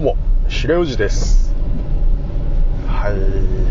も平宇治です。はい、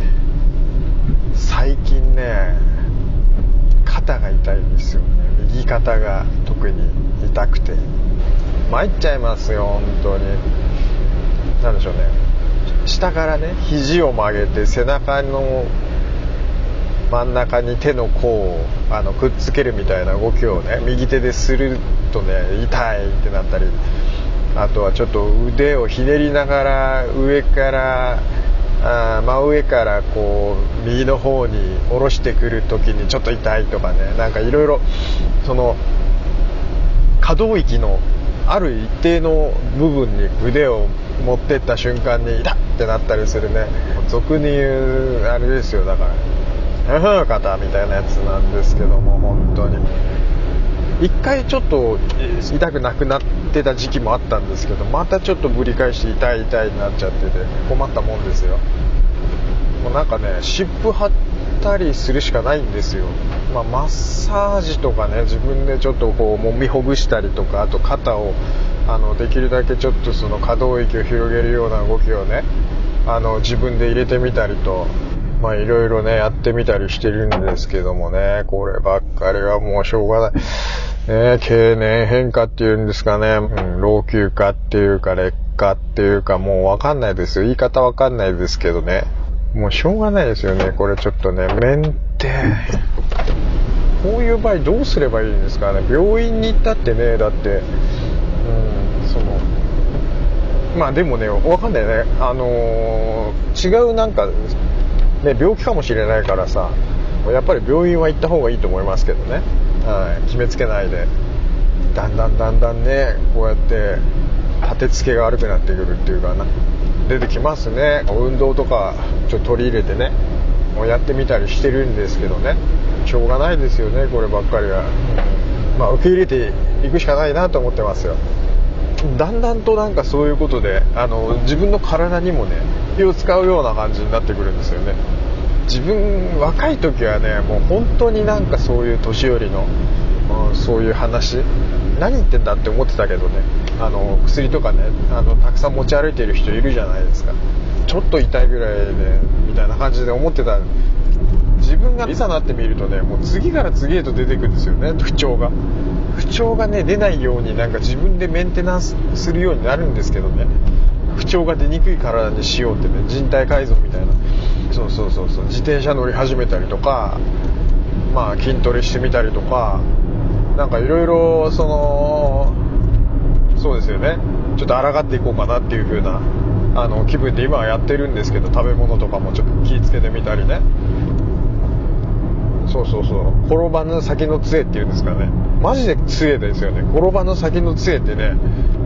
最近ね肩が痛いんですよね。右肩が特に痛くて参っちゃいますよ本当に。なんでしょうね、下からね肘を曲げて背中の真ん中に手の甲をくっつけるみたいな動きをね右手でするとね痛いってなったり、あとはちょっと腕をひねりながら上から真上からこう右の方に下ろしてくる時にちょっと痛いとかね、なんかいろいろその可動域のある一定の部分に腕を持ってった瞬間に痛ってなったりするね、俗に言うあれですよ、だから肩みたいなやつなんですけども、本当に一回ちょっと痛くなくなってた時期もあったんですけど、またちょっとぶり返して痛いになっちゃってて困ったもんですよ。もうなんかね湿布貼ったりするしかないんですよ。マッサージとかね自分でちょっとこう揉みほぐしたりとか、あと肩をできるだけちょっとその可動域を広げるような動きをね自分で入れてみたりといろいろねやってみたりしてるんですけどもね、こればっかりはもうしょうがないね。経年変化っていうんですかね、老朽化っていうか劣化っていうかもうわかんないですよ、言い方わかんないですけどね、もうしょうがないですよね。これちょっとねメンテこういう場合どうすればいいんですかね。病院に行ったってね、だってでもねわかんないね、違うなんかね病気かもしれないからさ、やっぱり病院は行った方がいいと思いますけどね、決めつけないで。だんだんねこうやって立て付けが悪くなってくるっていうかな、出てきますね。運動とかちょっと取り入れてねもうやってみたりしてるんですけどね、しょうがないですよねこればっかりは。受け入れていくしかないなと思ってますよ。だんだんとなんかそういうことで自分の体にもね気を使うような感じになってくるんですよね。自分若い時はねもう本当になんかそういう年寄りの、そういう話何言ってんだって思ってたけどね、薬とかねたくさん持ち歩いてる人いるじゃないですか。ちょっと痛いぐらいでみたいな感じで思ってた自分がいざなってみるとね、もう次から次へと出てくるんですよね。不調がね出ないようになんか自分でメンテナンスするようになるんですけどね、不調が出にくい体にしようってね、人体改造みたいな、そう自転車乗り始めたりとか、筋トレしてみたりとか、なんかいろいろそうですよね、ちょっと抗っていこうかなっていう風な気分で今はやってるんですけど、食べ物とかもちょっと気をつけてみたりね。転ばぬ先の杖っていうんですかね、マジで杖ですよね。転ばぬ先の杖ってね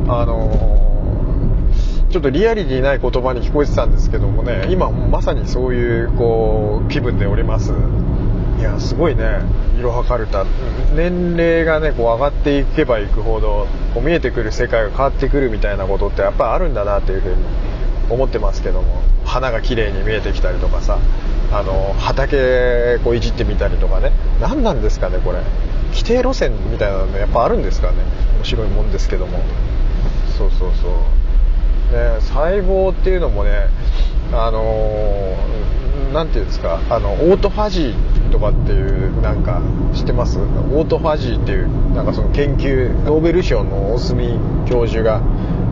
ちょっとリアリティない言葉に聞こえてたんですけどもね、今まさにそういう気分でおります。いやすごいね、いろはかるた年齢がね上がっていけばいくほど見えてくる世界が変わってくるみたいなことってやっぱりあるんだなっていうふうに思ってますけども、花が綺麗に見えてきたりとかさ、畑いじってみたりとかね、何なんですかねこれ、規定路線みたいなのやっぱあるんですかね。面白いもんですけども、ね、細胞っていうのもねなんていうんですか、オートファジーとかっていうなんか知ってます？オートファジーっていうなんかその研究、ノーベル賞の大隅教授が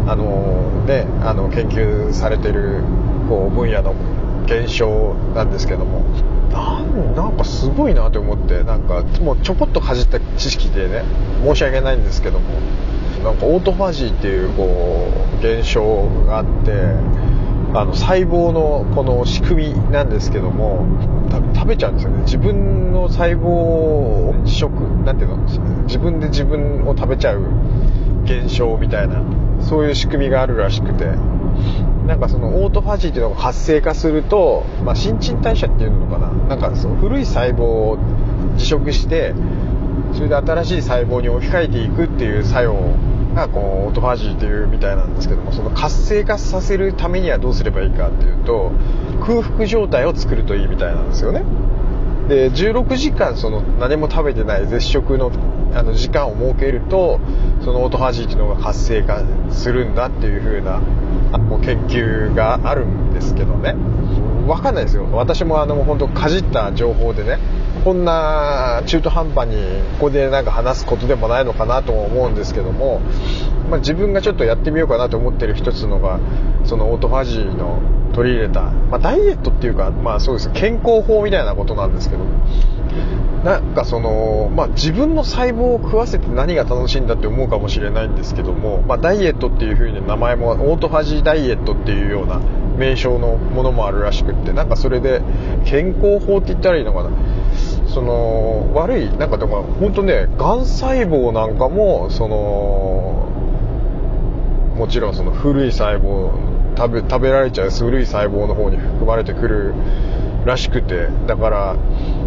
研究されてる分野の現象なんですけども、なんかすごいなと思って、なんかもうちょこっとかじった知識でね申し訳ないんですけども、なんかオートファジーっていう現象があって、細胞のこの仕組みなんですけども、食べちゃうんですよね。自分の細胞を自食、なんていうの、自分で自分を食べちゃう現象みたいな、そういう仕組みがあるらしくて、なんかそのオートファジーっていうのが活性化すると、新陳代謝っていうのかな、なんかその古い細胞を自食して、それで新しい細胞に置き換えていくっていう作用がオートファジーっていうみたいなんですけども、その活性化させるためにはどうすればいいかっていうと、空腹状態を作るといいみたいなんですよね。で16時間何も食べてない絶食の時間を設けると、そのオートファジーっていうのが活性化するんだっていう風な研究があるんですけどね、分かんないですよ。私も本当かじった情報でね、こんな中途半端にここでなんか話すことでもないのかなとも思うんですけども、自分がちょっとやってみようかなと思ってる一つのがそのオートファジーの取り入れた、ダイエットっていうか、そうです、健康法みたいなことなんですけど、なんか自分の細胞を食わせて何が楽しいんだって思うかもしれないんですけども、ダイエットっていう風に名前もオートファジーダイエットっていうような名称のものもあるらしくって、なんかそれで健康法って言ったらいいのかな、悪いなんかでも本当ね、がん細胞なんかももちろんその古い細胞、食べられちゃう古い細胞の方に含まれてくるらしくて、だから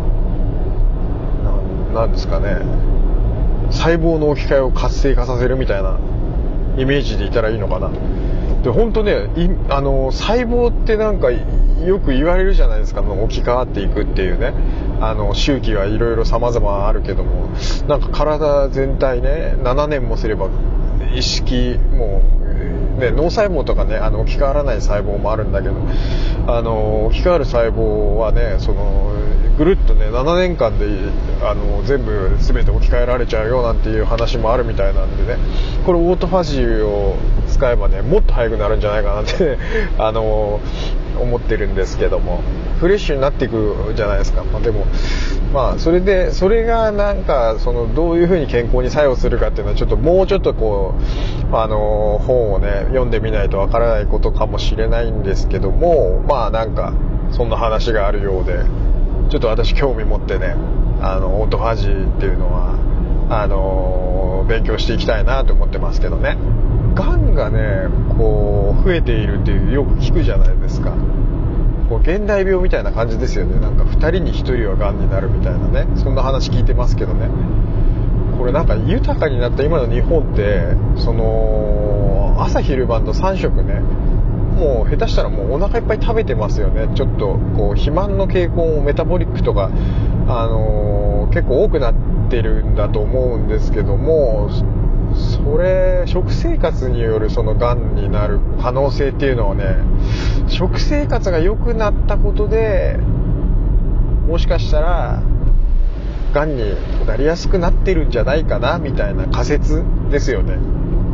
なんですかね、細胞の置き換えを活性化させるみたいなイメージでいたらいいのかな。で本当ね、細胞ってなんかよく言われるじゃないですか、置き換わっていくっていうね、周期はいろいろ様々あるけども、なんか体全体ね、7年もすれば意識もう、ね、脳細胞とかね、置き換わらない細胞もあるんだけど、置き換わる細胞はね、ぐるっとね7年間で全部全て置き換えられちゃうよなんていう話もあるみたいなんでね、これオートファジーを使えばね、もっと早くなるんじゃないかなって思ってるんですけども、フレッシュになっていくじゃないですか。でもそれがなんかどういう風に健康に作用するかっていうのはちょっともうちょっとこう本をね読んでみないとわからないことかもしれないんですけども、なんかそんな話があるようで、ちょっと私興味持ってね、オートファジーっていうのは勉強していきたいなと思ってますけどね。がんがねこう増えているっていうよく聞くじゃないですか。こう現代病みたいな感じですよね。なんか2人に1人はがんになるみたいなね、そんな話聞いてますけどね。これなんか豊かになった今の日本って朝昼晩と3食ね、もう下手したらもうお腹いっぱい食べてますよね。ちょっとこう肥満の傾向もメタボリックとか、結構多くなってるんだと思うんですけども、それ食生活によるがんになる可能性っていうのはね、食生活が良くなったことでもしかしたらがんになりやすくなってるんじゃないかなみたいな仮説ですよね。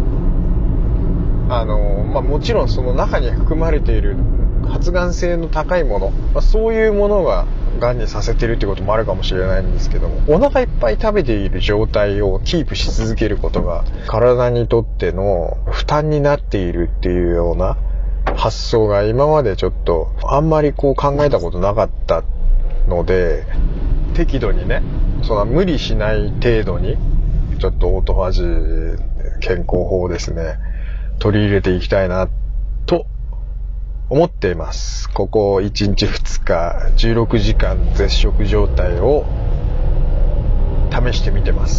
もちろんその中に含まれている発がん性の高いもの、そういうものががんにさせてるってこともあるかもしれないんですけども、お腹いっぱい食べている状態をキープし続けることが体にとっての負担になっているっていうような発想が今までちょっとあんまりこう考えたことなかったので、適度にね、無理しない程度にちょっとオートファジー健康法ですね、取り入れていきたいなと思っています。ここ1日2日16時間絶食状態を試してみてます。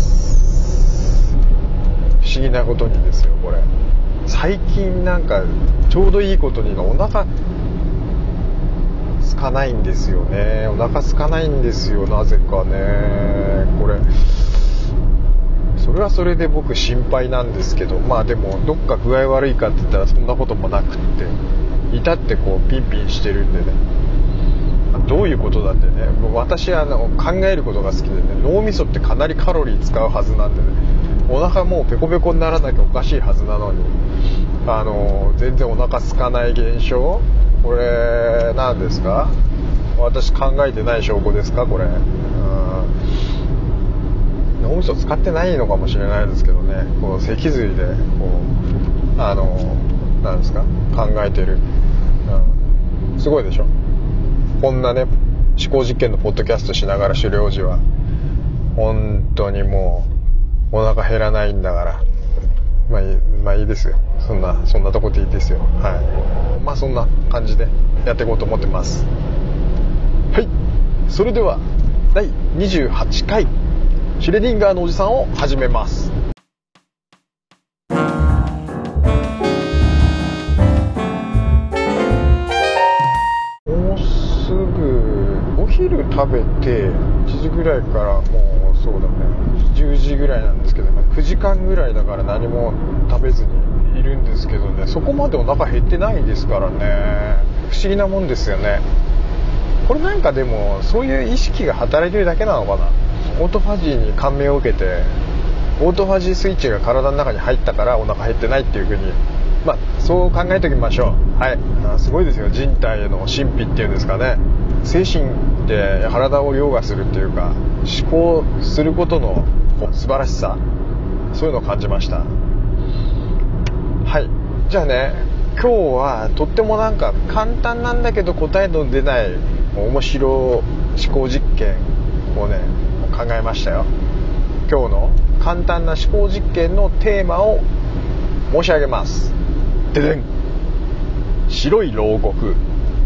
不思議なことにですよ、これ最近なんかちょうどいいことにお腹空かないんですよね。お腹空かないんですよ、なぜかね。これそれはそれで僕心配なんですけど、でもどっか具合悪いかって言ったらそんなこともなくって、至ってこうピンピンしてるんでね、どういうことだってね、私は考えることが好きでね、脳みそってかなりカロリー使うはずなんでね、お腹もうペコペコにならなきゃおかしいはずなのに全然お腹空かない現象、これ何ですか？私考えてない証拠ですかこれ。脳みそ使ってないのかもしれないですけどね、こう脊髄でこう何ですか考えてる、すごいでしょ。こんなね思考実験のポッドキャストしながら狩猟時は本当にもうお腹減らないんだから、まあいいですよ、そんなとこでいいですよ。はい、そんな感じでやっていこうと思ってます。はい、それでは第28回シュレディンガーのおじさんを始めます。もうすぐお昼食べて1時ぐらいからもうそうだね、10時ぐらいなんですけど、9時間ぐらいだから何も食べずにいるんですけどね、そこまでお腹減ってないですからね。不思議なもんですよね。これなんかでもそういう意識が働いてるだけなのかな。オートファジーに感銘を受けて、オートファジースイッチが体の中に入ったからお腹減ってないっていう風に、そう考えておきましょう。はい、すごいですよ、人体への神秘っていうんですかね。精神って体を凌駕するっていうか、思考することの素晴らしさ、そういうのを感じました。はい、じゃあね、今日はとってもなんか簡単なんだけど答えの出ない面白思考実験をね考えましたよ。今日の簡単な思考実験のテーマを申し上げます。ででん、白い牢獄。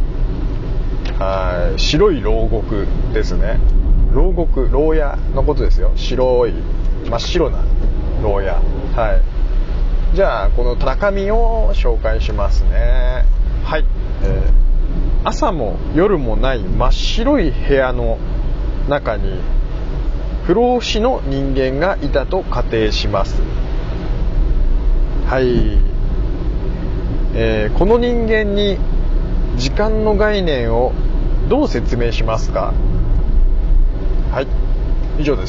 はい、白い牢獄ですね。牢獄、牢屋のことですよ。白い、真っ白な牢屋。はい、じゃあこの中身を紹介しますね。はい、朝も夜もない真っ白い部屋の中に不老不死の人間がいたと仮定します。はい、この人間に時間の概念をどう説明しますか。はい、以上です。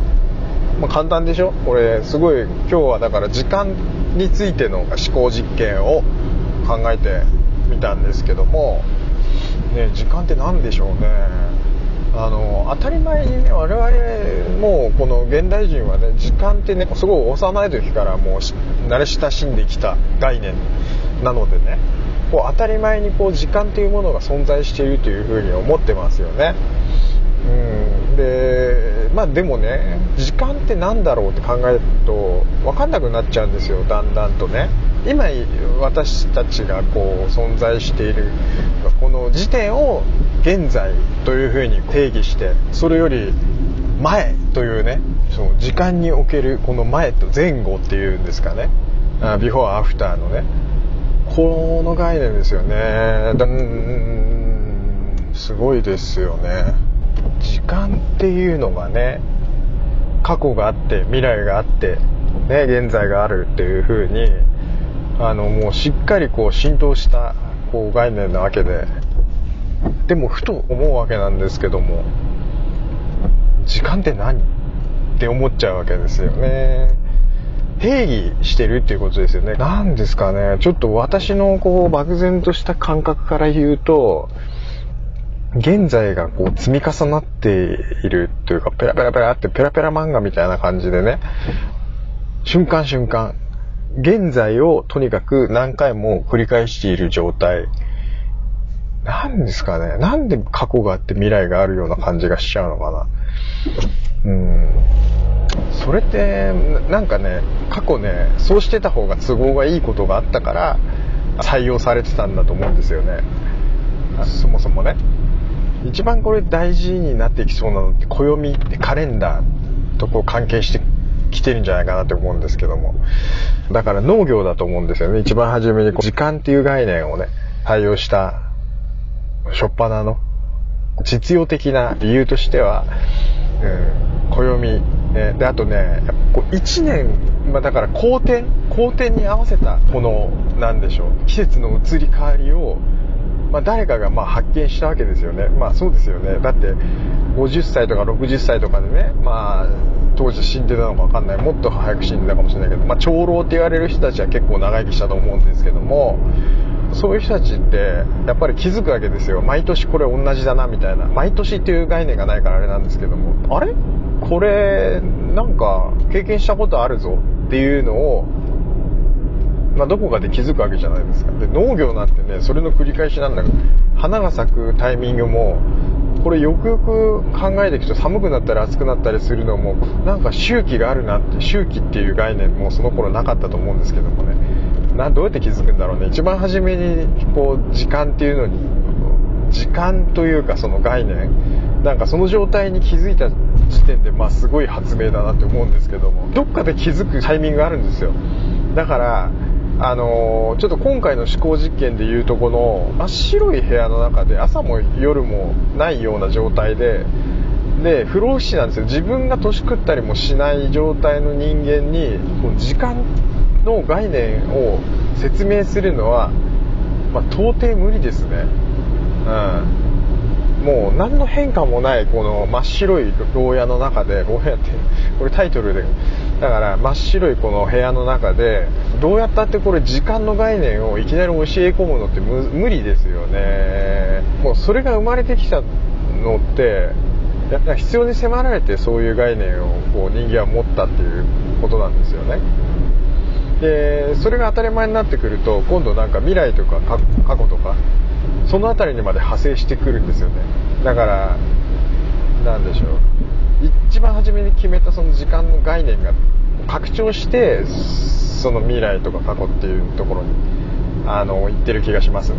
簡単でしょこれ。すごい今日はだから時間についての思考実験を考えてみたんですけどもね、時間って何でしょうね。当たり前にね、我々もうこの現代人はね、時間ってね、すごい幼い時からもう慣れ親しんできた概念なのでね、こう当たり前にこう時間っていうものが存在しているというふうに思ってますよね。ででもね、時間って何だろうって考えると分かんなくなっちゃうんですよ、だんだんとね。今私たちがこう存在しているこの時点を現在というふうに定義して、それより前というね、そう時間におけるこの前と前後っていうんですかね、ビフォーアフターのね、この概念ですよね。すごいですよね。時間っていうのがね、過去があって未来があってね、現在があるっていう風にもうしっかりこう浸透したこう概念なわけで、でもふと思うわけなんですけども、時間って何って思っちゃうわけですよね。定義してるっていうことですよね。なんですかね、ちょっと私のこう漠然とした感覚から言うと、現在がこう積み重なっているというか、ペラペラペラってペラペラ漫画みたいな感じでね、瞬間瞬間現在をとにかく何回も繰り返している状態なんですかね。なんで過去があって未来があるような感じがしちゃうのかな。それってなんかね、過去ね、そうしてた方が都合がいいことがあったから採用されてたんだと思うんですよね。そもそもね、一番これ大事になっていきそうなのって暦ってカレンダーとこう関係してきてるんじゃないかなって思うんですけども、だから農業だと思うんですよね。一番初めに時間っていう概念をね採用した初っ端の実用的な理由としては、暦、ね、であとね、1年、だから公転に合わせたこのなんでしょう、季節の移り変わりを、誰かが発見したわけですよね。そうですよね。だって50歳とか60歳とかでね、当時死んでたのか分かんない、もっと早く死んでたかもしれないけど、長老って言われる人たちは結構長生きしたと思うんですけども、そういう人たちってやっぱり気づくわけですよ。毎年これ同じだなみたいな。毎年っていう概念がないからあれなんですけども、あれこれなんか経験したことあるぞっていうのを、どこかで気づくわけじゃないですか。で、農業なんてね、それの繰り返しなんだけど、花が咲くタイミングもこれよくよく考えていくと、寒くなったり暑くなったりするのもなんか周期があるなって、周期っていう概念もその頃なかったと思うんですけどもね、どうやって気づくんだろうね。一番初めにこう時間っていうのに、時間というかその概念、なんかその状態に気づいた時点ですごい発明だなって思うんですけども、どっかで気づくタイミングがあるんですよ。だからちょっと今回の思考実験でいうと、この真っ白い部屋の中で朝も夜もないような状態でで不老不死なんですよ。自分が年食ったりもしない状態の人間にこう時間の概念を説明するのは、到底無理ですね。もう何の変化もないこの真っ白い牢屋の中で、牢屋ってこれタイトルでだから真っ白いこの部屋の中でどうやったってこれ時間の概念をいきなり教え込むのって無理ですよね。もうそれが生まれてきたのって必要に迫られてそういう概念をこう人間は持ったっていうことなんですよね。でそれが当たり前になってくると今度なんか未来とか過去とかそのあたりにまで派生してくるんですよね。だからなんでしょう、一番初めに決めたその時間の概念が拡張してその未来とか過去っていうところに行ってる気がしますね。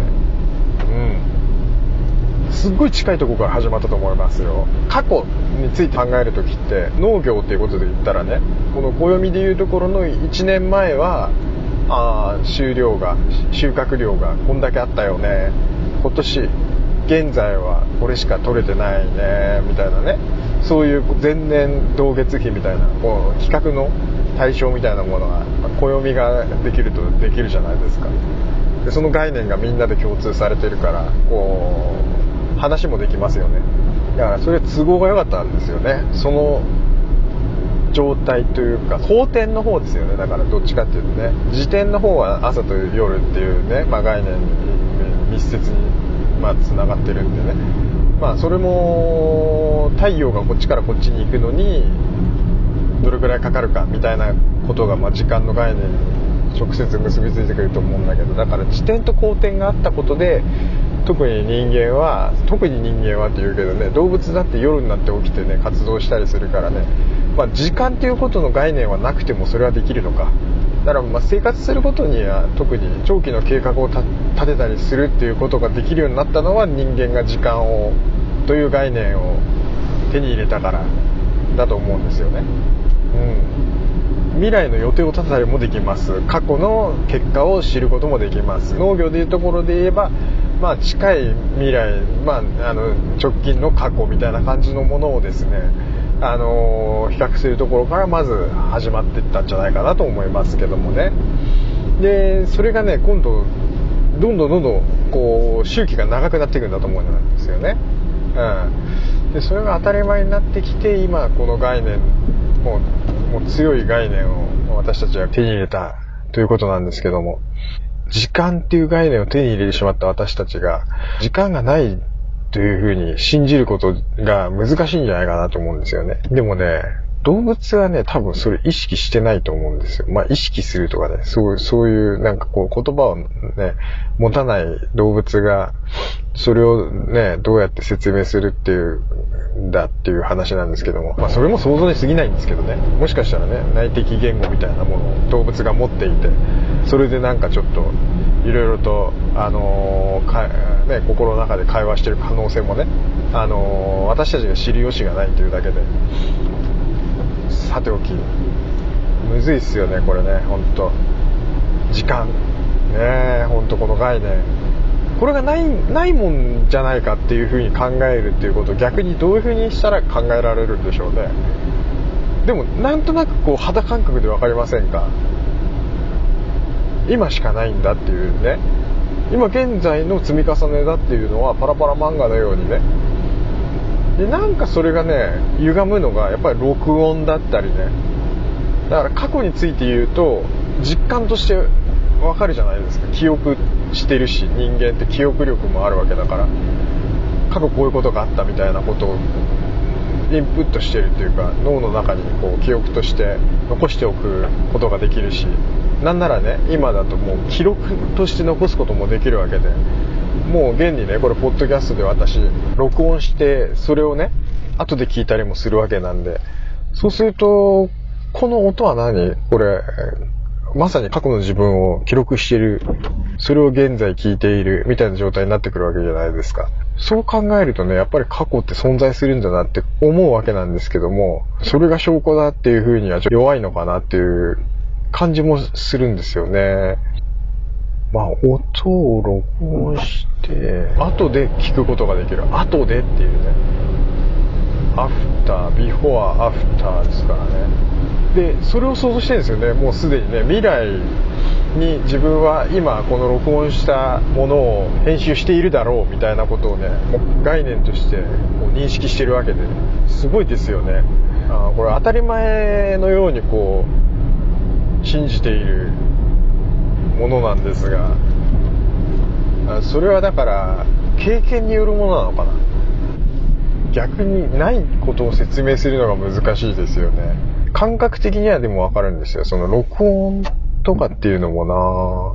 すっごい近いところから始まったと思いますよ。過去について考えるときって農業っていうことで言ったらね、この暦でいうところの1年前は収穫量がこんだけあったよね、今年現在はこれしか取れてないねみたいなね、そういう前年同月比みたいなこう比較の対象みたいなものが暦ができるとできるじゃないですか。でその概念がみんなで共通されてるからこう話もできますよね。だからそれ都合が良かったんですよね。その状態というか後天の方ですよね。だからどっちかっていうとね、時点の方は朝と夜っていうね、概念に密接につながってるんでね、それも太陽がこっちからこっちに行くのにどれくらいかかるかみたいなことが時間の概念に直接結びついてくると思うんだけど、だから時点と後天があったことで特に人間はって言うけどね、動物だって夜になって起きてね活動したりするからね、時間っていうことの概念はなくてもそれはできるのか。だから生活することには特に長期の計画を立てたりするっていうことができるようになったのは人間が時間をという概念を手に入れたからだと思うんですよね。未来の予定を立てたりもできます。過去の結果を知ることもできます。農業でいうところで言えば近い未来、直近の過去みたいな感じのものをですね、比較するところからまず始まっていったんじゃないかなと思いますけどもね。でそれがね今度どんどんこう周期が長くなっていくんだと思うんですよね。でそれが当たり前になってきて今この概念もう強い概念を私たちは手に入れたということなんですけども、時間っていう概念を手に入れてしまった私たちが時間がないというふうに信じることが難しいんじゃないかなと思うんですよね。でもね、動物はね多分それ意識してないと思うんですよ。意識するとかね、そういうなんかこう言葉をね持たない動物がそれをねどうやって説明するっていうんだっていう話なんですけども、それも想像に過ぎないんですけどね、もしかしたらね内的言語みたいなものを動物が持っていて、それでなんかちょっといろいろと心の中で会話してる可能性もね私たちが知る由がないというだけでさておきむずいっすよねこれね。本当時間ね、本当この概念これがないもんじゃないかっていう風に考えるっていうことを逆にどういう風にしたら考えられるんでしょうね。でもなんとなくこう肌感覚で分かりませんか。今しかないんだっていうね、今現在の積み重ねだっていうのはパラパラ漫画のようにね、でなんかそれがね歪むのがやっぱり録音だったりね、だから過去について言うと実感としてわかるじゃないですか。記憶してるし、人間って記憶力もあるわけだから、過去こういうことがあったみたいなことをインプットしてるっていうか、脳の中にこう記憶として残しておくことができるし、なんならね今だともう記録として残すこともできるわけで、もう現にねこれポッドキャストで私録音してそれをね後で聞いたりもするわけなんで、そうするとこの音は何これまさに過去の自分を記録している、それを現在聞いているみたいな状態になってくるわけじゃないですか。そう考えるとねやっぱり過去って存在するんだなって思うわけなんですけども、それが証拠だっていう風にはちょっと弱いのかなっていう感じもするんですよね。音を録音して後で聞くことができる。後でっていうね、 アフター、ビフォーアフターですからね。でそれを想像してるんですよね。もうすでにね、未来に自分は今この録音したものを編集しているだろうみたいなことをね、もう概念としてこう認識してるわけで、すごいですよね。これ当たり前のようにこう信じているものなんですが、それはだから経験によるものなのかな。逆にないことを説明するのが難しいですよね。感覚的にはでも分かるんですよ。その録音とかっていうのも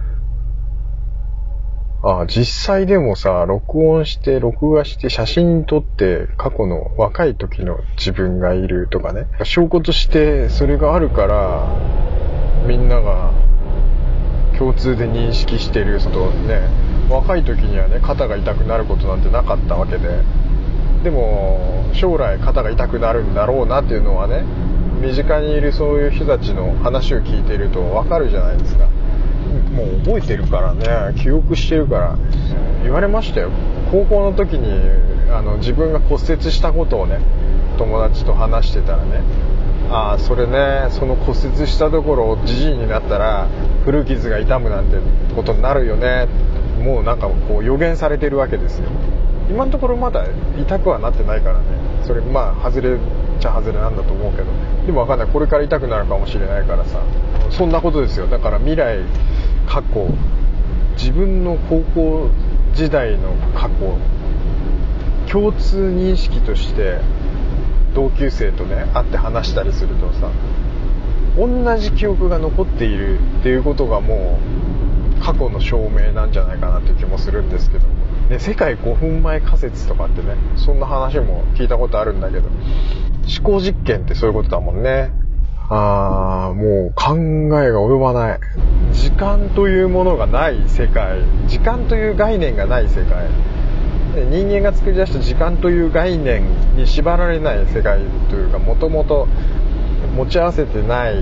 な、実際でもさ、録音して録画して写真撮って過去の若い時の自分がいるとかね、証拠としてそれがあるからみんなが共通で認識してることね。若い時にはね、肩が痛くなることなんてなかったわけで、でも将来肩が痛くなるんだろうなっていうのはね、身近にいるそういう人たちの話を聞いていると分かるじゃないですか。もう覚えてるからね、記憶してるから。言われましたよ。高校の時に自分が骨折したことをね、友達と話してたらね、それね、その骨折したところじじいになったら古傷が痛むなんてことになるよね。もうなんかこう予言されてるわけですよ。今のところまだ痛くはなってないからね、それ外れちゃ外れなんだと思うけど、でも分かんない、これから痛くなるかもしれないからさ、そんなことですよ。だから未来、過去、自分の高校時代の過去、共通認識として同級生とね会って話したりするとさ、同じ記憶が残っているっていうことがもう過去の証明なんじゃないかなっていう気もするんですけどね。世界5分前仮説とかってね、そんな話も聞いたことあるんだけど、思考実験ってそういうことだもんね。もう考えが及ばない。時間というものがない世界、時間という概念がない世界、人間が作り出した時間という概念に縛られない世界というか、もともと持ち合わせてない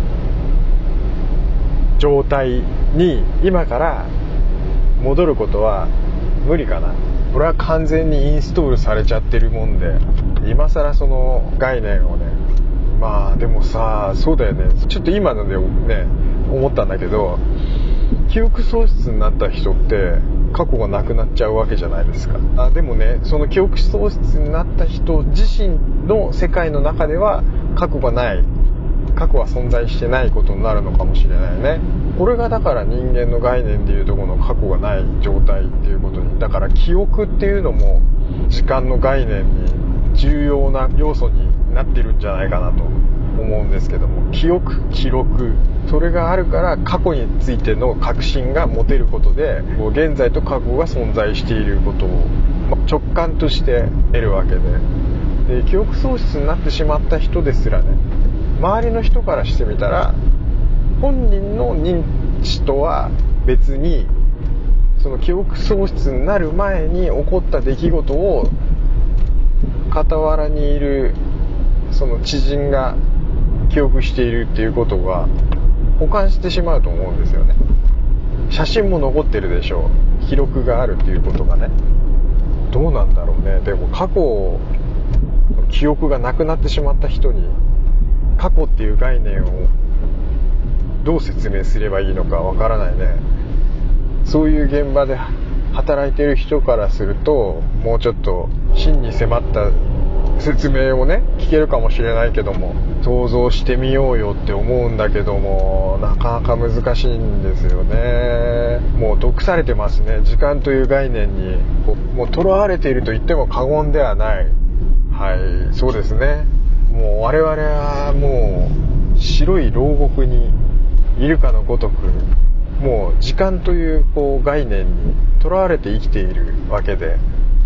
状態に今から戻ることは無理かな。これは完全にインストールされちゃってるもんで、今更その概念をね、でもさ、そうだよね。ちょっと今のでね思ったんだけど、記憶喪失になった人って過去がなくなっちゃうわけじゃないですか。でもね、その記憶喪失になった人自身の世界の中では過去がない、過去は存在してないことになるのかもしれないね。これがだから人間の概念でいうとこの過去がない状態っていうことに、だから記憶っていうのも時間の概念に重要な要素になってるんじゃないかなと思うんですけども、記憶、記録、それがあるから過去についての確信が持てることで、現在と過去が存在していることを直感として得るわけで、記憶喪失になってしまった人ですらね、周りの人からしてみたら本人の認知とは別に、その記憶喪失になる前に起こった出来事を傍らにいるその知人が記憶しているっていうことが補完してしまうと思うんですよね。写真も残ってるでしょう、記録があるっていうことがね。どうなんだろうね。でも過去の記憶がなくなってしまった人に過去っていう概念をどう説明すればいいのかわからないね。そういう現場で働いている人からすると、もうちょっと真に迫った説明をね聞けるかもしれないけども、想像してみようよって思うんだけども、なかなか難しいんですよね。もう毒されてますね、時間という概念に。もう囚われていると言っても過言ではない。はい、そうですね。もう我々はもう白い牢獄にいるかのごとく、もう時間という概念に囚われて生きているわけで、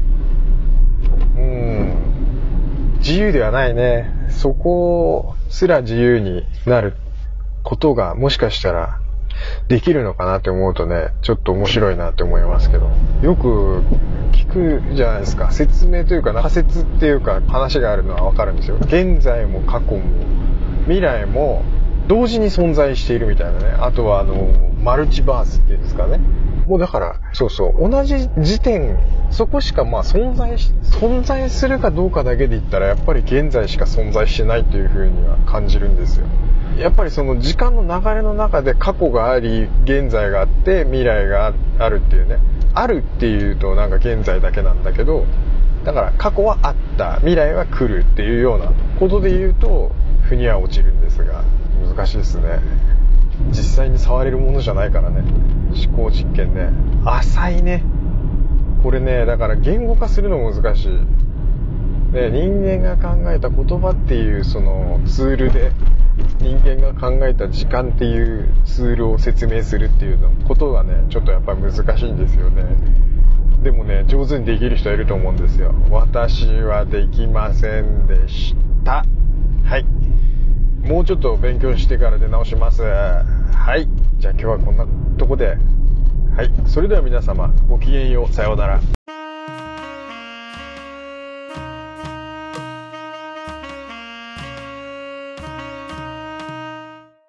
自由ではないね。そこすら自由になることがもしかしたらできるのかなって思うとね、ちょっと面白いなって思いますけど、よく聞くじゃないですか。説明というか仮説っていうか話があるのはわかるんですよ。現在も過去も未来も同時に存在しているみたいなね。あとはマルチバースっていうんですかね。 もうだからそう同じ時点そこしか存在するかどうかだけで言ったらやっぱり現在しか存在しないというふうには感じるんですよ。やっぱりその時間の流れの中で過去があり現在があって未来があるっていうね、あるっていうとなんか現在だけなんだけど、だから過去はあった未来は来るっていうようなことで言うと腑には落ちるんですが、難しいですね。実際に触れるものじゃないからね。思考実験ね、浅いねこれね。だから言語化するの難しい、ね、人間が考えた言葉っていうそのツールで人間が考えた時間っていうツールを説明するっていうのことがねちょっとやっぱり難しいんですよね。でもね上手にできる人いると思うんですよ。私はできませんでした。はい、もうちょっと勉強してから出直します。はい、じゃあ今日はこんなとこで、はい、それでは皆様ごきげんよう、さようなら。